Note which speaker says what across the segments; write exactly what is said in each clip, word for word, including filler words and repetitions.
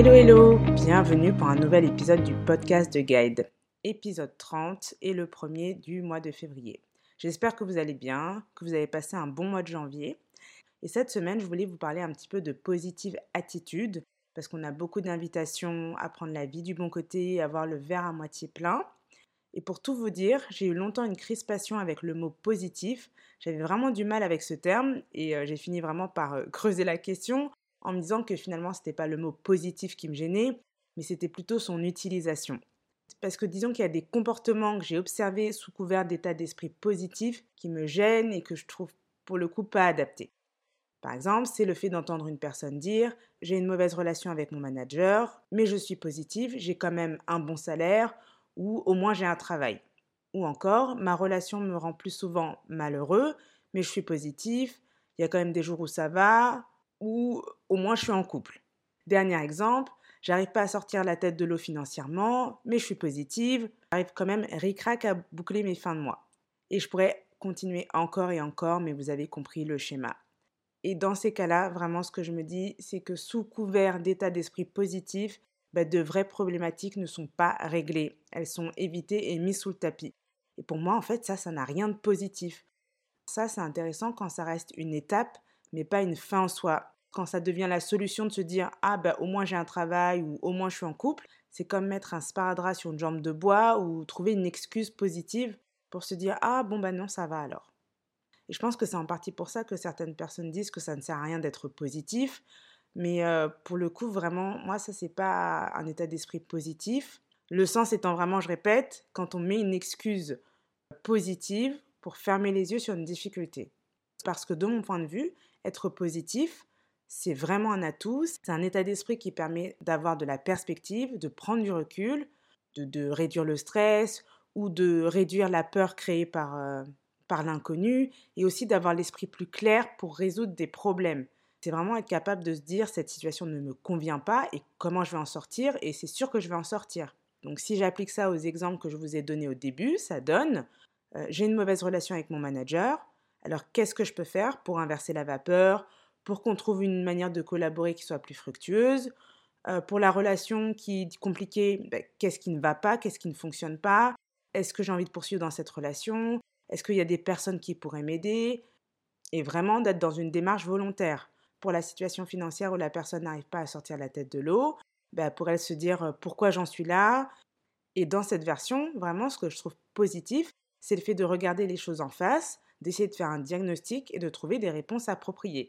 Speaker 1: Hello hello, bienvenue pour un nouvel épisode du podcast de Guide. Épisode trente et le premier du mois de février. J'espère que vous allez bien, que vous avez passé un bon mois de janvier. Et cette semaine, je voulais vous parler un petit peu de positive attitude, parce qu'on a beaucoup d'invitations à prendre la vie du bon côté, à voir le verre à moitié plein. Et pour tout vous dire, j'ai eu longtemps une crispation avec le mot positif. J'avais vraiment du mal avec ce terme et euh, j'ai fini vraiment par euh, creuser la question en me disant que finalement, ce n'était pas le mot positif qui me gênait, mais c'était plutôt son utilisation. Parce que disons qu'il y a des comportements que j'ai observés sous couvert d'état d'esprit positif qui me gênent et que je trouve pour le coup pas adaptés. Par exemple, c'est le fait d'entendre une personne dire « j'ai une mauvaise relation avec mon manager, mais je suis positive, j'ai quand même un bon salaire » ou « au moins j'ai un travail ». Ou encore « ma relation me rend plus souvent malheureux, mais je suis positif, il y a quand même des jours où ça va » ou « au moins je suis en couple ». Dernier exemple, j'arrive pas à sortir la tête de l'eau financièrement, mais je suis positive, j'arrive quand même ric-rac à boucler mes fins de mois. Et je pourrais continuer encore et encore, mais vous avez compris le schéma. Et dans ces cas-là, vraiment ce que je me dis, c'est que sous couvert d'état d'esprit positif, bah, de vraies problématiques ne sont pas réglées. Elles sont évitées et mises sous le tapis. Et pour moi, en fait, ça, ça n'a rien de positif. Ça, c'est intéressant quand ça reste une étape, mais pas une fin en soi. Quand ça devient la solution de se dire « Ah, bah, au moins j'ai un travail » ou « Au moins je suis en couple », c'est comme mettre un sparadrap sur une jambe de bois ou trouver une excuse positive pour se dire « Ah, bon, bah non, ça va alors ». Et je pense que c'est en partie pour ça que certaines personnes disent que ça ne sert à rien d'être positif. Mais euh, pour le coup, vraiment, moi, ça, c'est pas un état d'esprit positif. Le sens étant vraiment, je répète, quand on met une excuse positive pour fermer les yeux sur une difficulté. Parce que de mon point de vue, être positif, c'est vraiment un atout. C'est un état d'esprit qui permet d'avoir de la perspective, de prendre du recul, de, de réduire le stress ou de réduire la peur créée par, euh, par l'inconnu et aussi d'avoir l'esprit plus clair pour résoudre des problèmes. C'est vraiment être capable de se dire cette situation ne me convient pas et comment je vais en sortir et c'est sûr que je vais en sortir. Donc si j'applique ça aux exemples que je vous ai donnés au début, ça donne euh, j'ai une mauvaise relation avec mon manager, alors qu'est-ce que je peux faire pour inverser la vapeur, pour qu'on trouve une manière de collaborer qui soit plus fructueuse, euh, pour la relation qui est compliquée, ben, qu'est-ce qui ne va pas, qu'est-ce qui ne fonctionne pas, est-ce que j'ai envie de poursuivre dans cette relation, est-ce qu'il y a des personnes qui pourraient m'aider, et vraiment d'être dans une démarche volontaire. Pour la situation financière où la personne n'arrive pas à sortir la tête de l'eau, ben, pour elle se dire euh, pourquoi j'en suis là. Et dans cette version, vraiment, ce que je trouve positif, c'est le fait de regarder les choses en face, d'essayer de faire un diagnostic et de trouver des réponses appropriées.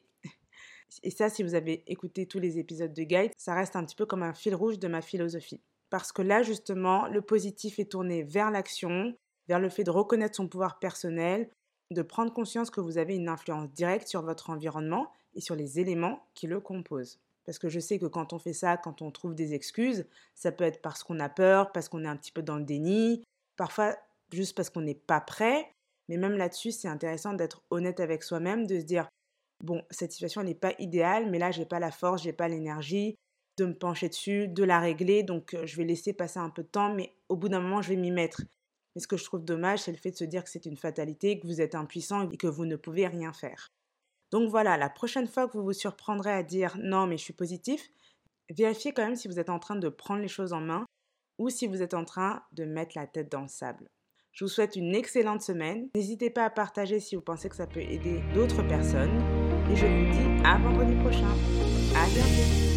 Speaker 1: Et ça, si vous avez écouté tous les épisodes de Guide, ça reste un petit peu comme un fil rouge de ma philosophie. Parce que là, justement, le positif est tourné vers l'action, vers le fait de reconnaître son pouvoir personnel, de prendre conscience que vous avez une influence directe sur votre environnement et sur les éléments qui le composent. Parce que je sais que quand on fait ça, quand on trouve des excuses, ça peut être parce qu'on a peur, parce qu'on est un petit peu dans le déni, parfois juste parce qu'on n'est pas prêt. Mais même là-dessus, c'est intéressant d'être honnête avec soi-même, de se dire « Bon, cette situation n'est pas idéale, mais là, je n'ai pas la force, je n'ai pas l'énergie de me pencher dessus, de la régler, donc je vais laisser passer un peu de temps, mais au bout d'un moment, je vais m'y mettre. » Mais ce que je trouve dommage, c'est le fait de se dire que c'est une fatalité, que vous êtes impuissant et que vous ne pouvez rien faire. Donc voilà, la prochaine fois que vous vous surprendrez à dire « Non, mais je suis positif », vérifiez quand même si vous êtes en train de prendre les choses en main ou si vous êtes en train de mettre la tête dans le sable. Je vous souhaite une excellente semaine. N'hésitez pas à partager si vous pensez que ça peut aider d'autres personnes. Et je vous dis à vendredi prochain. À bientôt.